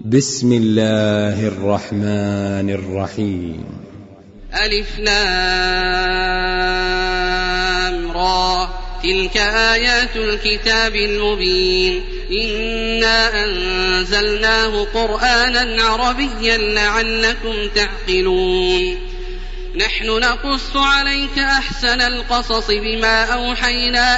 بسم الله الرحمن الرحيم. ألف لام را تلك آيات الكتاب المبين إنا أنزلناه قرآنا عربيا لعلكم تعقلون نحن نقص عليك أحسن القصص بما أوحينا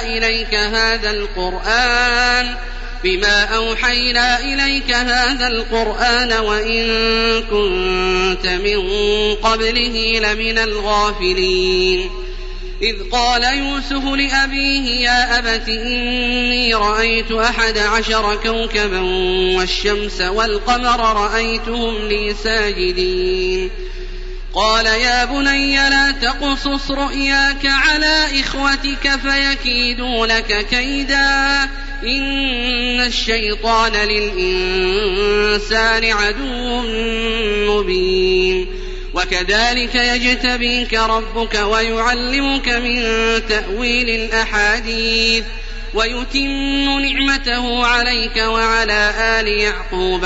إليك هذا القرآن وإن كنت من قبله لمن الغافلين إذ قال يوسف لأبيه يا أبت إني رأيت 11 كوكبا والشمس والقمر رأيتهم لي ساجدين قال يا بني لا تقصص رؤياك على إخوتك فيكيدوا لك كيدا إن الشيطان للإنسان عدو مبين وكذلك يجتبيك ربك ويعلمك من تأويل الأحاديث ويتم نعمته عليك وعلى آل يعقوب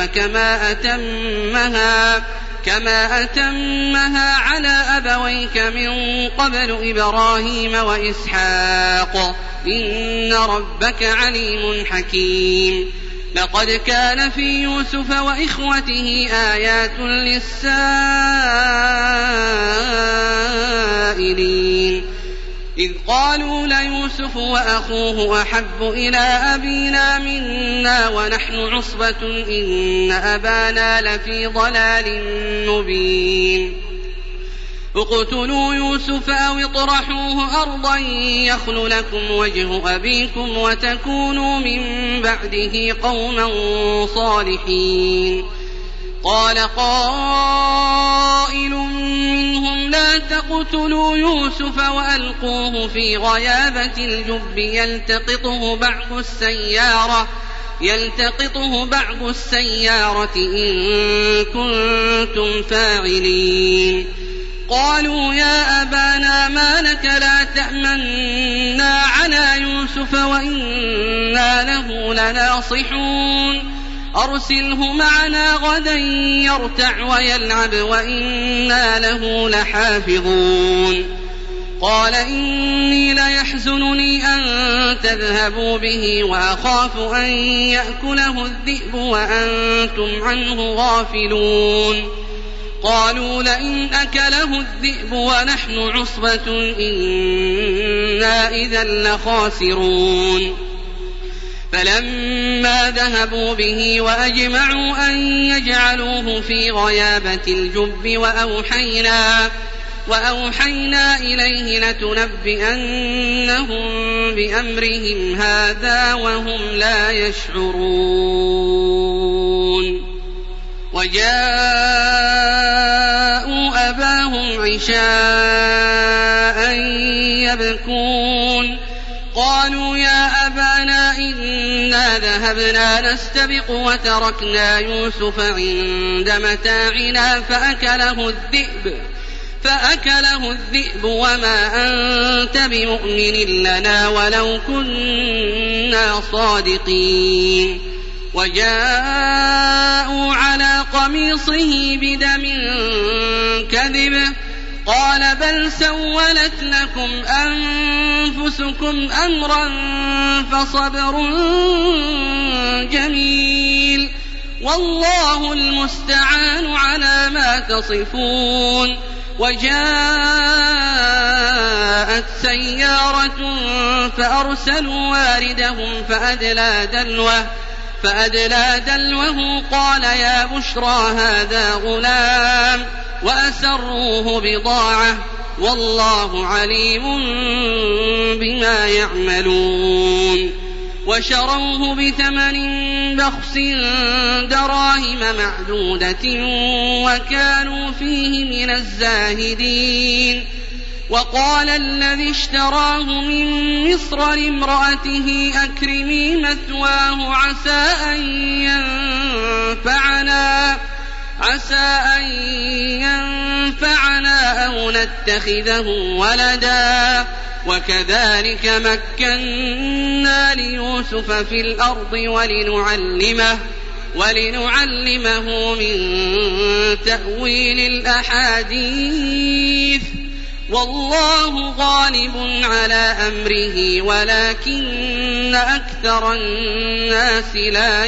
كما أتمها على أبويك من قبل إبراهيم وإسحاق إن ربك عليم حكيم لقد كان في يوسف وإخوته آيات للسائلين إذ قالوا ليوسف وأخوه أحب إلى أبينا منا ونحن عصبة إن أبانا لفي ضلال مبين اقتلوا يوسف أو اطرحوه أرضا يخل لكم وجه أبيكم وتكونوا من بعده قوما صالحين قال قائل منهم لا تقتلوا يوسف وألقوه في غيابة الجب يلتقطه بعض السيارة إن كنتم فاعلين قالوا يا أبانا ما لك لا تأمنا على يوسف وإنا له لناصحون أرسله معنا غدا يرتع ويلعب وإنا له لحافظون قال إني ليحزنني أن تذهبوا به وأخاف أن يأكله الذئب وأنتم عنه غافلون قالوا لئن أكله الذئب ونحن عصبة إنا إذا لخاسرون فلما ذهبوا به وأجمعوا أن يجعلوه في غيابة الجب وأوحينا إليه لتنبئنهم بأمرهم هذا وهم لا يشعرون وجاءوا أباهم عشاء يبكون قالوا يا أبانا إنا ذهبنا نستبق وتركنا يوسف عند متاعنا فأكله الذئب وما أنت بمؤمن لنا ولو كنا صادقين وجاءوا على قميصه بدم كذب قال بل سولت لكم أنفسكم أمرا فصبر جميل والله المستعان على ما تصفون وجاءت سيارة فأرسلوا واردهم فأدلى دلوه قال يا بشرى هذا غلام وأسروه بضاعة والله عليم بما يعملون وشروه بثمن بخس دراهم معدودة وكانوا فيه من الزاهدين وقال الذي اشتراه من مصر لامرأته أكرمي مثواه عسى أن ينفعنا أو نتخذه ولدا وكذلك مكنا ليوسف في الأرض ولنعلمه من تأويل الأحاديث والله غالب على أمره ولكن أكثر الناس لا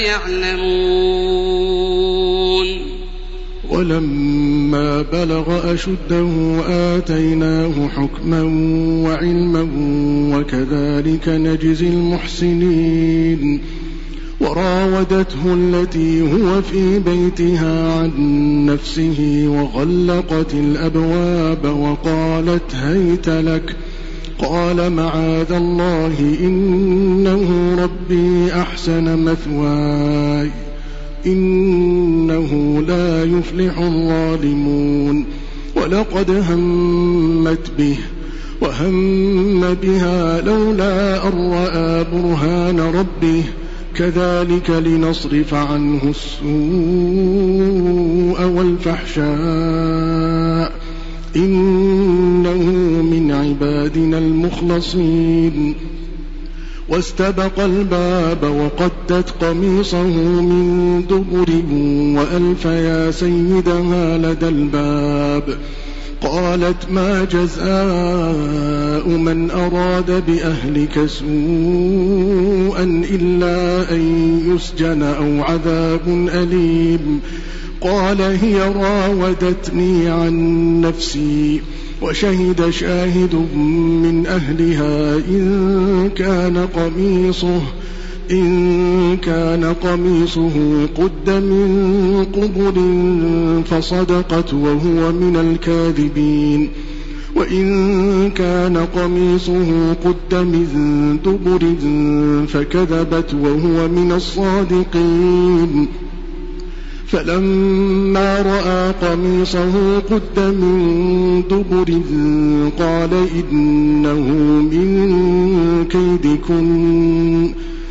يعلمون. ولما بلغ أشده آتيناه حكما وعلما وكذلك نجزي المحسنين. وراودته التي هو في بيتها عن نفسه وغلقت الأبواب وقالت هيت لك قال معاذ الله إنه ربي أحسن مثواي إنه لا يفلح الظالمون. ولقد همت به وهم بها لولا أن رأى برهان ربه كذلك لنصرف عنه السوء والفحشاء إنه من عبادنا المخلصين. واستبق الباب وقدت قميصه من دبر وألف يا سيدها لدى الباب. قالت ما جزاء من أراد بأهلك سوءا إلا أن يسجن أو عذاب أليم. قال هي راودتني عن نفسي وشهد شاهد من أهلها إن كان قميصه قد من قبل فصدقت وهو من الكاذبين وإن كان قميصه قد من دبر فكذبت وهو من الصادقين. فلما رأى قميصه قد من دبر قال إنه من كيدكن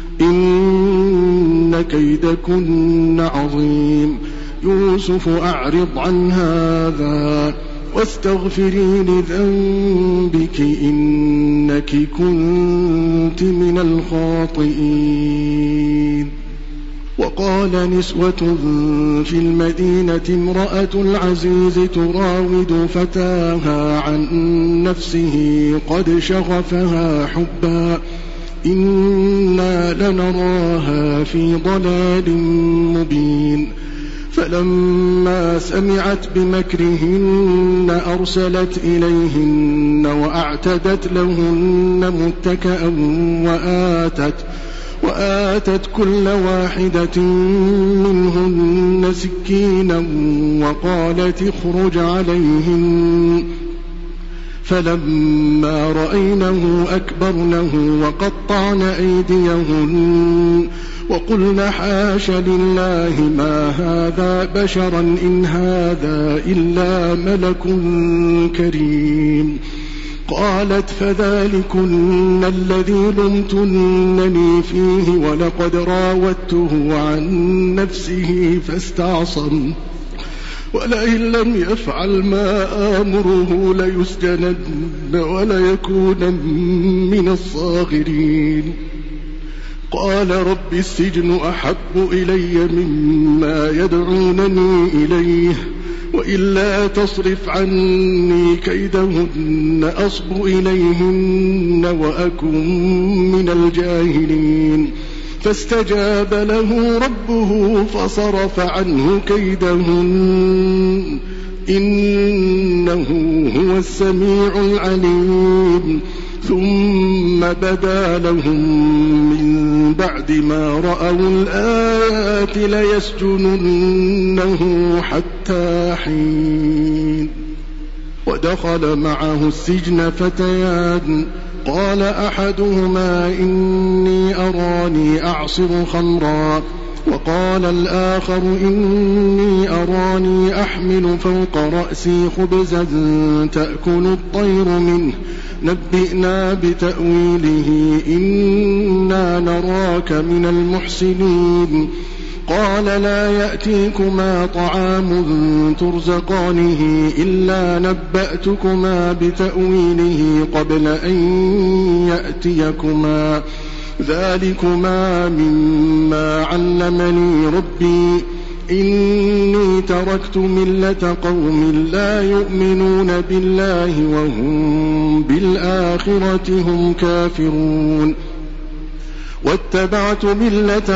إن كيدكن عظيم. يوسف أعرض عن هذا واستغفري لذنبك إنك كنت من الخاطئين. وقال نسوة في المدينة امرأة العزيز تراود فتاها عن نفسه قد شغفها حبا إنا لنراها في ضلال مبين. فلما سمعت بمكرهن أرسلت إليهن وأعتدت لهن متكأ وآتت كل واحدة منهن سكينا وقالت اخرج عليهن. فلما رأينه أكبرنه وقطعن أيديهن وقلن حاش لله ما هذا بشرا إن هذا إلا ملك كريم. قالت فذلكن الذي لمتنني فيه ولقد راودته عن نفسه فاستعصم ولئن لم يفعل ما آمره ليسجنن وليكون من الصاغرين. قال رب السجن أحب إلي مما يدعونني إليه وإلا تصرف عني كيدهن أصب إليهن وأكن من الجاهلين. فاستجاب له ربه فصرف عنه كيدهن إنه هو السميع العليم. ثم بدا لهم من بعد ما رأوا الآيات ليسجننه حتى حين. ودخل معه السجن فتيان قال أحدهما إني أراني أعصر خمرا وقال الآخر إني أراني أحمل فوق رأسي خبزا تأكل الطير منه نبئنا بتأويله إنا نراك من المحسنين. قال لا يأتيكما طعام ترزقانه إلا نبأتكما بتأويله قبل أن يأتيكما ذلكما مما علمني ربي إني تركت ملة قوم لا يؤمنون بالله وهم بالآخرة هم كافرون واتبعت ملة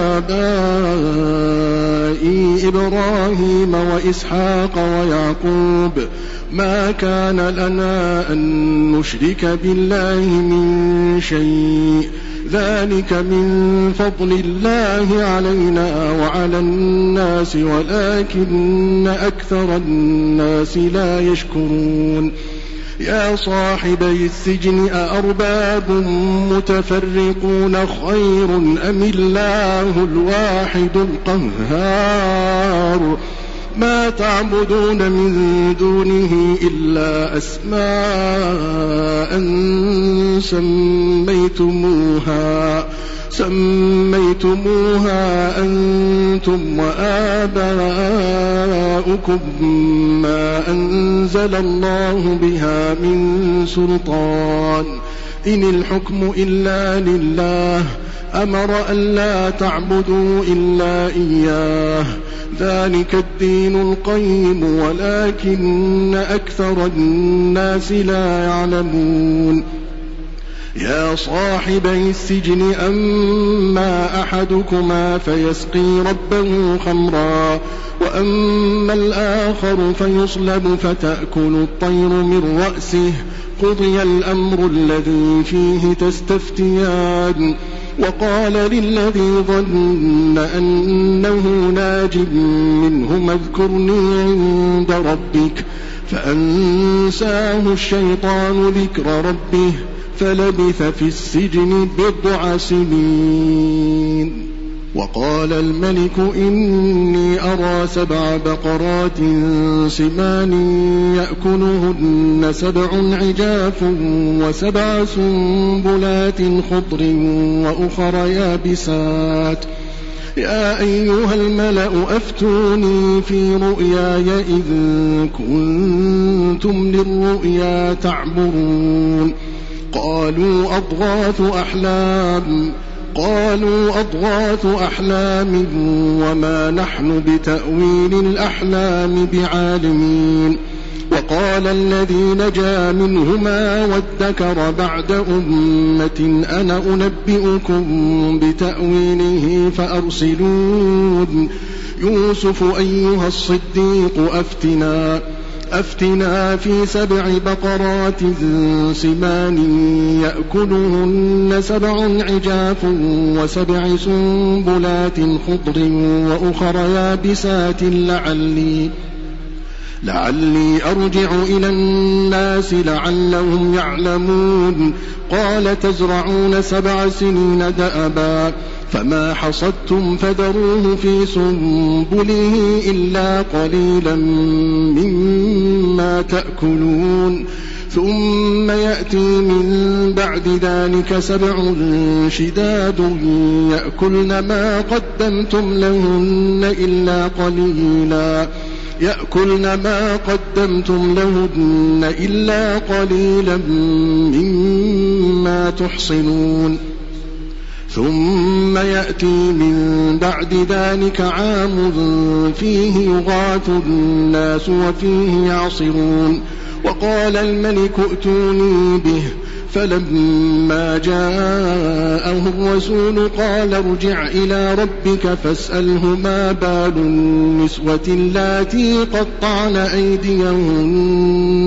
آبائي إبراهيم وإسحاق ويعقوب ما كان لنا أن نشرك بالله من شيء ذلك من فضل الله علينا وعلى الناس ولكن أكثر الناس لا يشكرون يا صاحبي السجن أأرباب متفرقون خير أم الله الواحد القهار ما تعبدون من دونه إلا أسماء سميتموها أنتم وآباؤكم ما أنزل الله بها من سلطان إن الحكم إلا لله أمر أن لا تعبدوا إلا إياه ذلك الدين القيم ولكن أكثر الناس لا يعلمون يا صاحبي السجن أما أحدكما فيسقي ربه خمرا وأما الآخر فيصلب فتأكل الطير من رأسه قضي الأمر الذي فيه تستفتيان وقال للذي ظن أنه ناج منهما اذكرني عند ربك فأنساه الشيطان ذكر ربه فلبث في السجن 9 سنين وقال الملك إني أرى 7 بقرات سمان يأكلهن 7 عجاف و7 سنبلات خضر وأخر يابسات يا أيها الملأ أفتوني في رؤياي إذ كنتم للرؤيا تعبرون قالوا أضغاث أحلام وما نحن بتأويل الأحلام بعالمين وقال الذي نجا منهما وادكر بعد أمة أنا أنبئكم بتأويله فأرسلون يوسف أيها الصديق أفتنا في 7 بقرات سمان يأكلهن 7 عجاف و7 سنبلات خضر وأخر يابسات لعلي أرجع إلى الناس لعلهم يعلمون قال تزرعون 7 سنين دأبا فما حصدتم فذروه في سنبله إلا قليلا مما تأكلون ثم يأتي من بعد ذلك 7 شداد يأكلن ما قدمتم لهن إلا قليلا مما تحصنون ثم يأتي من بعد ذلك عام فيه يغاث الناس وفيه يعصرون وقال الملك ائتوني به فلما جاءه الرسول قال ارجع إلى ربك فاسأله ما بال النسوة اللاتي قطعن أيديهن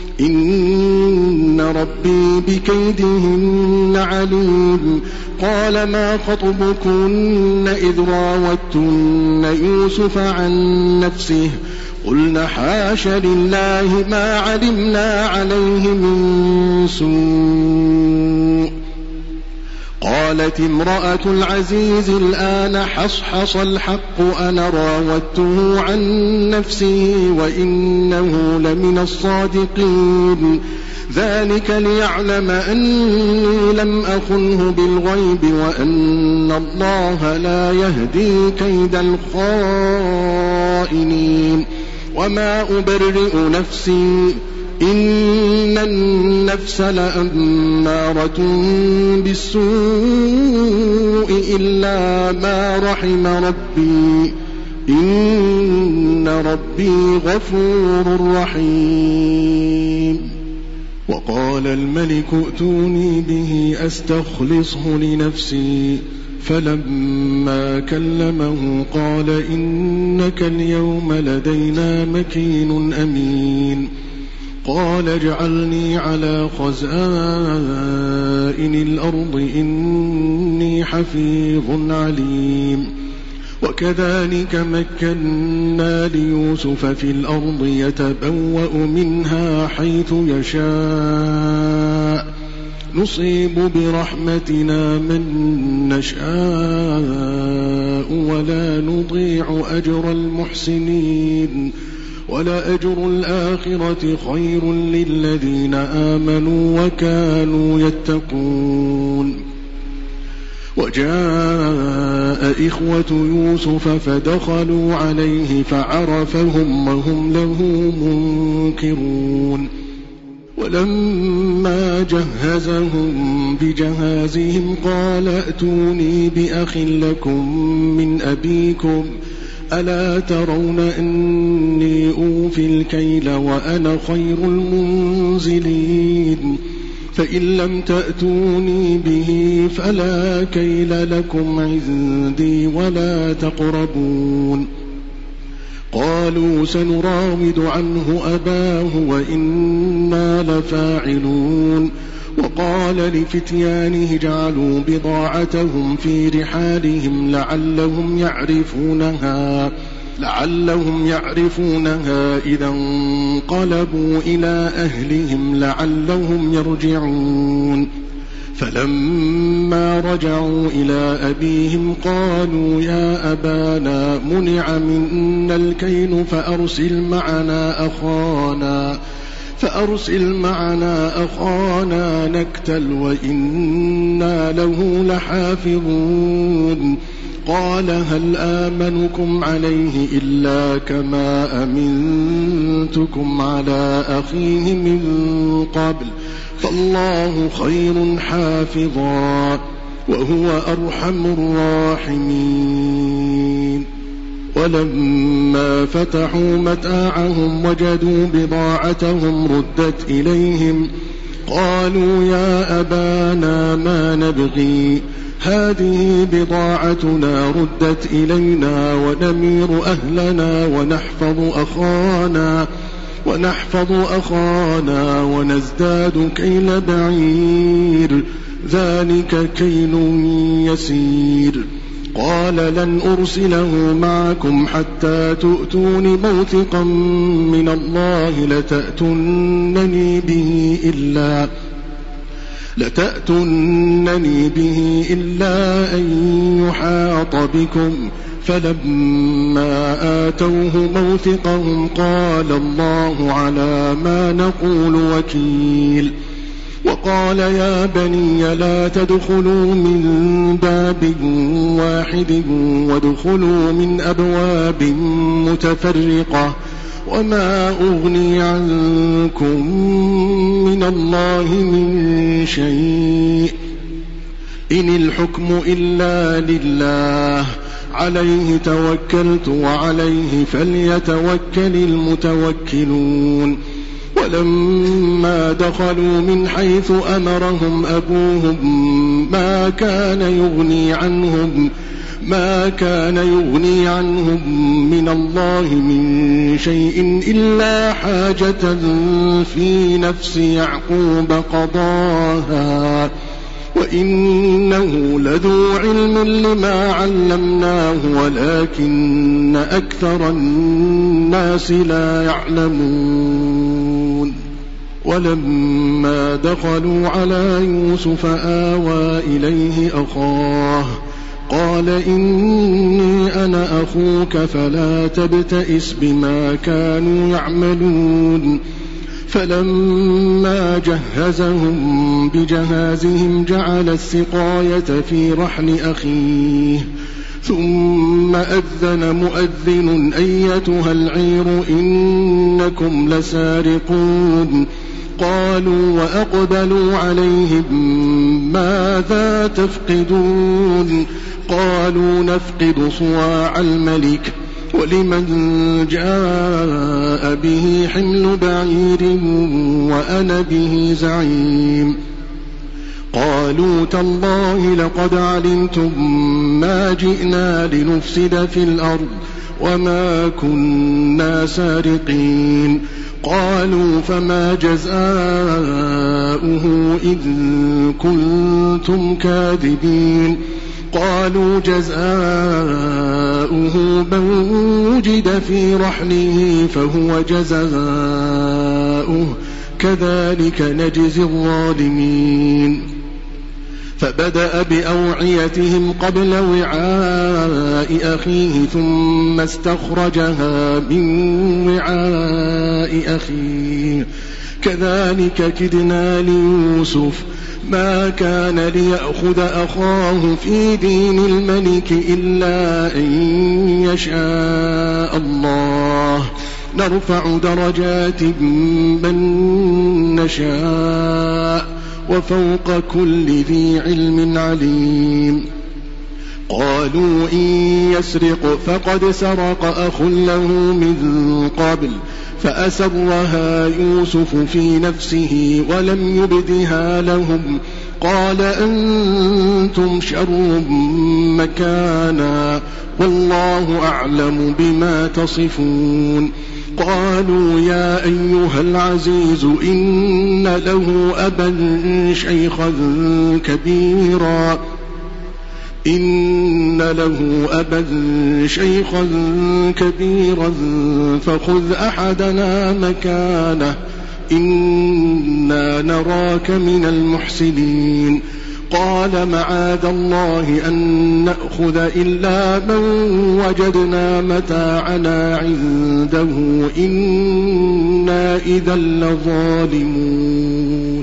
إن ربي بكيدهن عليم قال ما خطبكن إذ راوتن يوسف عن نفسه قلنا حاش لله ما علمنا عليه من سوء قالت امرأة العزيز الآن حصحص الحق أنا راودته عن نفسه وإنه لمن الصادقين ذلك ليعلم أني لم أخنه بالغيب وأن الله لا يهدي كيد الخائنين وما أبرئ نفسي إن النفس لأمارة بالسوء إلا ما رحم ربي إن ربي غفور رحيم. وقال الملك ائتوني به أستخلصه لنفسي فلما كلمه قال إنك اليوم لدينا مكين أمين. قال اجعلني على خزائن الأرض إني حفيظ عليم. وكذلك مكنا ليوسف في الأرض يتبوأ منها حيث يشاء نصيب برحمتنا من نشاء ولا نضيع أجر المحسنين ولأجر الآخرة خير للذين آمنوا وكانوا يتقون. وجاء إخوة يوسف فدخلوا عليه فعرفهم وهم له منكرون. ولما جهزهم بجهازهم قال ائتوني بأخ لكم من أبيكم ألا ترون أني أوفي الكيل وأنا خير المنزلين فإن لم تأتوني به فلا كيل لكم عندي ولا تقربون. قالوا سنراود عنه أباه وإنا لفاعلون. وقال لفتيانه اجعلوا بضاعتهم في رحالهم لعلهم يعرفونها إذا انقلبوا إلى أهلهم لعلهم يرجعون. فلما رجعوا إلى أبيهم قالوا يا أبانا منع منا الكيل فأرسل معنا أخانا نكتل وإنا له لحافظون. قال هل آمنكم عليه إلا كما أمنتكم على أخيه من قبل فالله خير حافظا وهو أرحم الراحمين. ولما فتحوا متاعهم وجدوا بضاعتهم ردت إليهم قالوا يا أبانا ما نبغي هذه بضاعتنا ردت إلينا ونمير أهلنا ونحفظ أخانا ونزداد كيل بعير ذلك كيل يسير. قال لن أرسله معكم حتى تؤتون موثقا من الله لتأتونني به إلا أن يحاط بكم. فلما آتوه موثقهم قال الله على ما نقول وكيل. وقال يا بني لا تدخلوا من باب واحد وادخلوا من أبواب متفرقة وما أغني عنكم من الله من شيء إن الحكم إلا لله عليه توكلت وعليه فليتوكل المتوكلون. ولما دخلوا من حيث أمرهم أبوهم ما كان يغني عنهم من الله من شيء إلا حاجة في نفس يعقوب قضاها وإنه لذو علم لما علمناه ولكن أكثر الناس لا يعلمون. ولما دخلوا على يوسف آوى إليه أخاه قال إني أنا أخوك فلا تبتئس بما كانوا يعملون. فلما جهزهم بجهازهم جعل السقاية في رحل أخيه ثم أذن مؤذن أيتها العير إنكم لسارقون قالوا وأقبلوا عليهم ماذا تفقدون قالوا نفقد صواع الملك ولمن جاء به حمل بعير وأنا به زعيم قالوا تالله لقد علمتم ما جئنا لنفسد في الأرض وما كنا سارقين قالوا فما جزاؤه إن كنتم كاذبين قالوا جزاؤه من وجد في رحله فهو جزاؤه كذلك نجزي الظالمين فبدأ بأوعيتهم قبل وعاء أخيه ثم استخرجها من وعاء أخيه كذلك كدنا ليوسف ما كان ليأخذ أخاه في دين الملك إلا أن يشاء الله نرفع درجات من نشاء وفوق كل ذي علم عليم قالوا إن يسرق فقد سرق أخ له من قبل فأسرها يوسف في نفسه ولم يبدها لهم قال أنتم شر مكانا والله أعلم بما تصفون قالوا يا أيها العزيز إن له أبا شيخا كبيرا فخذ أحدنا مكانه إنا نراك من المحسنين قال معاذ الله أن نأخذ إلا من وجدنا متاعنا عنده إنا إذا لظالمون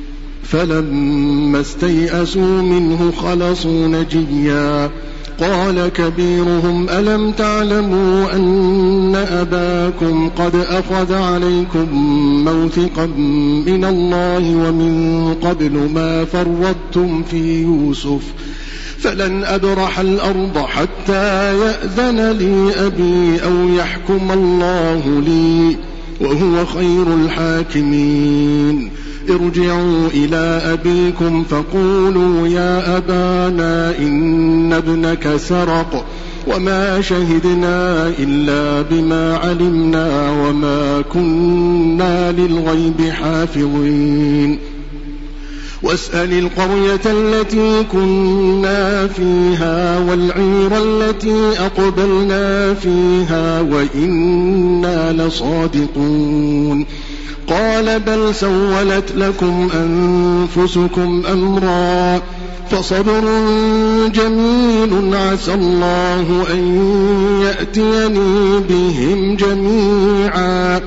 فلما استيئسوا منه خلصوا نجيا قال كبيرهم ألم تعلموا أن أباكم قد أخذ عليكم موثقا من الله ومن قبل ما فرطتم في يوسف فلن أبرح الأرض حتى يأذن لي أبي أو يحكم الله لي وهو خير الحاكمين ارجعوا إلى أبيكم فقولوا يا أبانا إن ابنك سرق وما شهدنا إلا بما علمنا وما كنا للغيب حافظين واسأل القرية التي كنا فيها والعير التي أقبلنا فيها وإنا لصادقون قال بل سولت لكم أنفسكم أمرا فصبر جميل عسى الله أن يأتيني بهم جميعا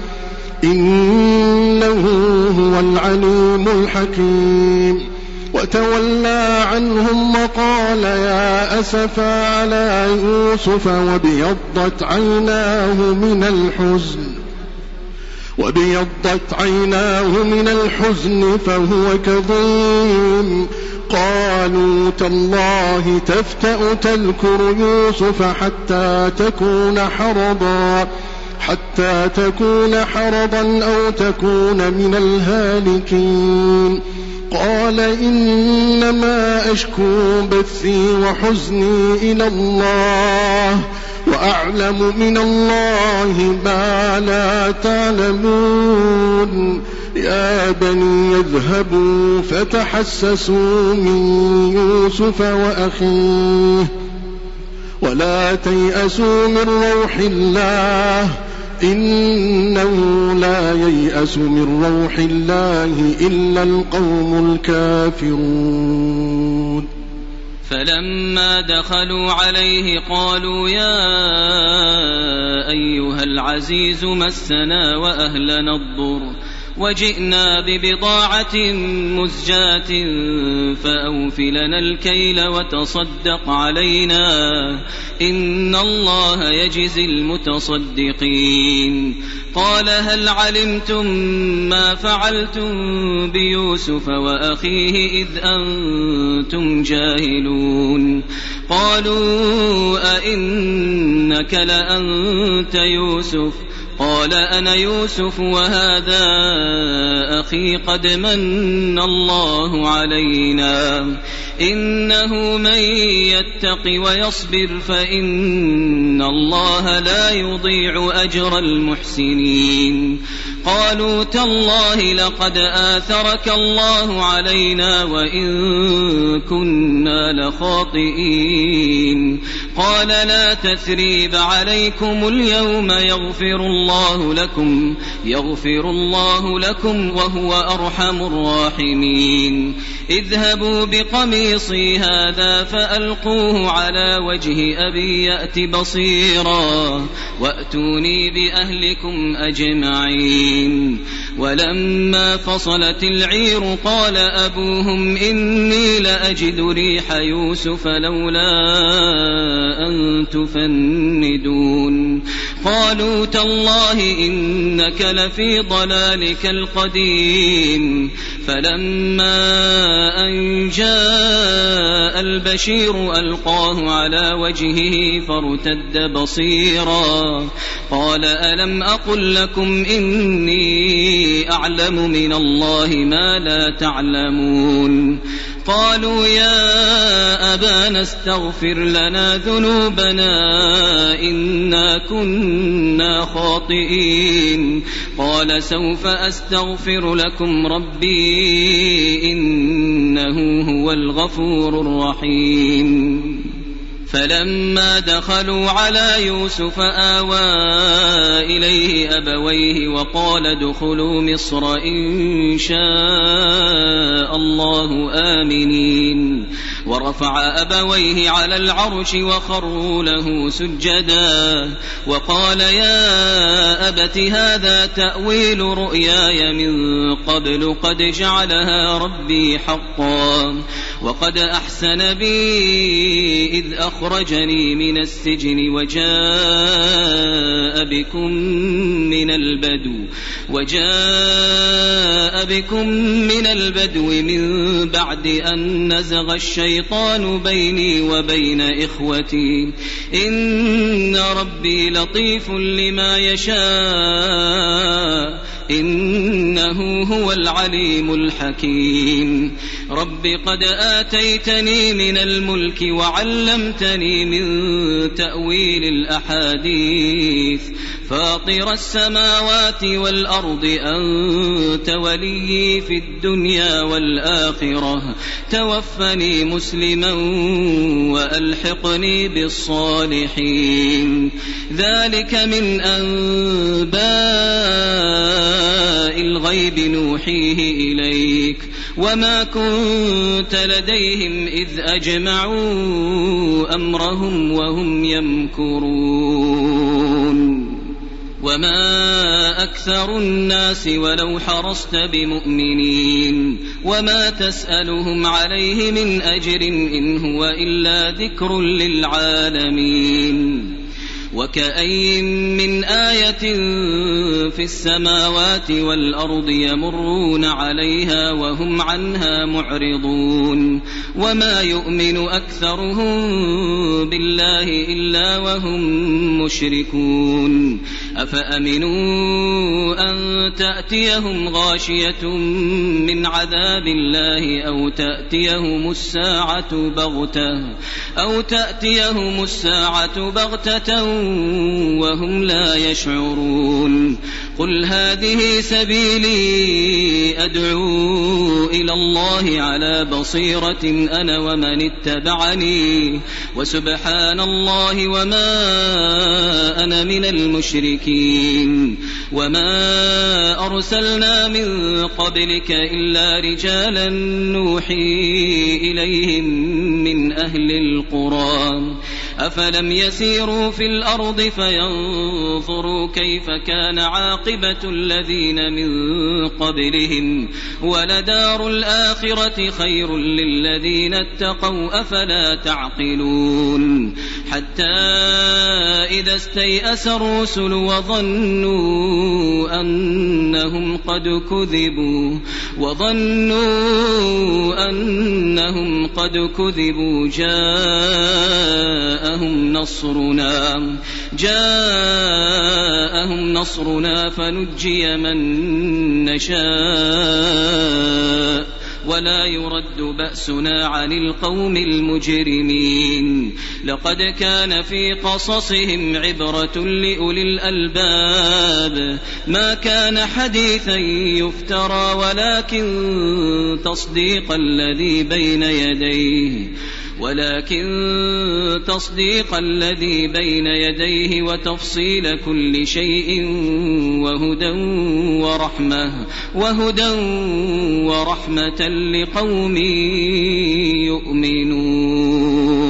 إنه هو العليم الحكيم وتولى عنهم وقال يا أسفا على يوسف وابيضت عيناه من الحزن فهو كظيم قالوا تالله تفتأ تذكر يوسف حتى تكون حرضا أو تكون من الهالكين قال إنما أشكو بثي وحزني إلى الله وأعلم من الله ما لا تعلمون يا بني اذهبوا فتحسسوا من يوسف وأخيه ولا تيأسوا من روح الله إنه لا ييأس من روح الله إلا القوم الكافرون فلما دخلوا عليه قالوا يا أيها العزيز مسنا وأهلنا الضر وجئنا ببضاعة مزجاة فأوف لنا الكيل وتصدق علينا إن الله يجزي المتصدقين. قال هل علمتم ما فعلتم بيوسف وأخيه إذ أنتم جاهلون؟ قالوا أئنك لأنت يوسف؟ قال أنا يوسف وهذا أخي قد من الله علينا إنه من يتق ويصبر فإن الله لا يضيع أجر المحسنين. قالوا تالله لقد آثرك الله علينا وإن كنا لخاطئين. قال لا تثريب عليكم اليوم يغفر الله لكم وهو أرحم الراحمين. اذهبوا بقميصي هذا فألقوه على وجه أبي يأت بصيرا وأتوني بأهلكم أجمعين. ولما فصلت العير قال أبوهم إني لأجد ريح يوسف لولا أن تفندون. قالوا تالله إنك لفي ضلالك القديم. فلما أن جاء البشير ألقاه على وجهه فارتد بصيرا قال ألم أقل لكم إني أعلم من الله ما لا تعلمون؟ قالوا يا أبانا استغفر لنا ذنوبنا إنا كنا خاطئين. قال سوف أستغفر لكم ربي إنه هو الغفور الرحيم. فلما دخلوا على يوسف آوى إليه أبويه وقال ادخلوا مصر إن شاء الله آمنين. ورفع أبويه على العرش وخروا له سجدا وقال يا أبت هذا تأويل رؤياي من قبل قد جعلها ربي حقا وقد أحسن بي إذ أخرجني من السجن وجاء بكم من البدو من بعد أن نزغ الشيطان بيني وبين إخوتي إن ربي لطيف لما يشاء إنه هو العليم الحكيم. رب قد آتيتني من الملك وعلمتني من تأويل الأحاديث فاطر السماوات والأرض أنت ولي في الدنيا والآخرة توفني مسلما وألحقني بالصالحين. ذلك من أنباء الغيب نوحيه إليك وما كنت لديهم إذ أجمعوا أمرهم وهم يمكرون. وما أكثر الناس ولو حرصت بمؤمنين وما تسألهم عليه من أجر إن هو إلا ذكر للعالمين. وكأي من آية في السماوات والأرض يمرون عليها وهم عنها معرضون وما يؤمن أكثرهم بالله إلا وهم مشركون. أفأمنوا أن تأتيهم غاشية من عذاب الله أو تأتيهم الساعة بغتة وهم لا يشعرون. قل هذه سبيلي أدعو إلى الله على بصيرة أنا ومن اتبعني وسبحان الله وما أنا من المشركين. وما أرسلنا من قبلك إلا رجالا نوحي إليهم من أهل القرى أفلم يسيروا في الأرض فينظروا كيف كان عاقبة الذين من قبلهم ولدار الآخرة خير للذين اتقوا أفلا تعقلون حتى إذا استيأس الرسل وظنوا أنهم قد كذبوا جاءهم نصرنا فنجي من نشاء ولا يرد بأسنا عن القوم المجرمين لقد كان في قصصهم عبرة لأولي الألباب ما كان حديثا يفترى ولكن تصديق الذي بين يديه وتفصيل كل شيء وهدى ورحمة لقوم يؤمنون.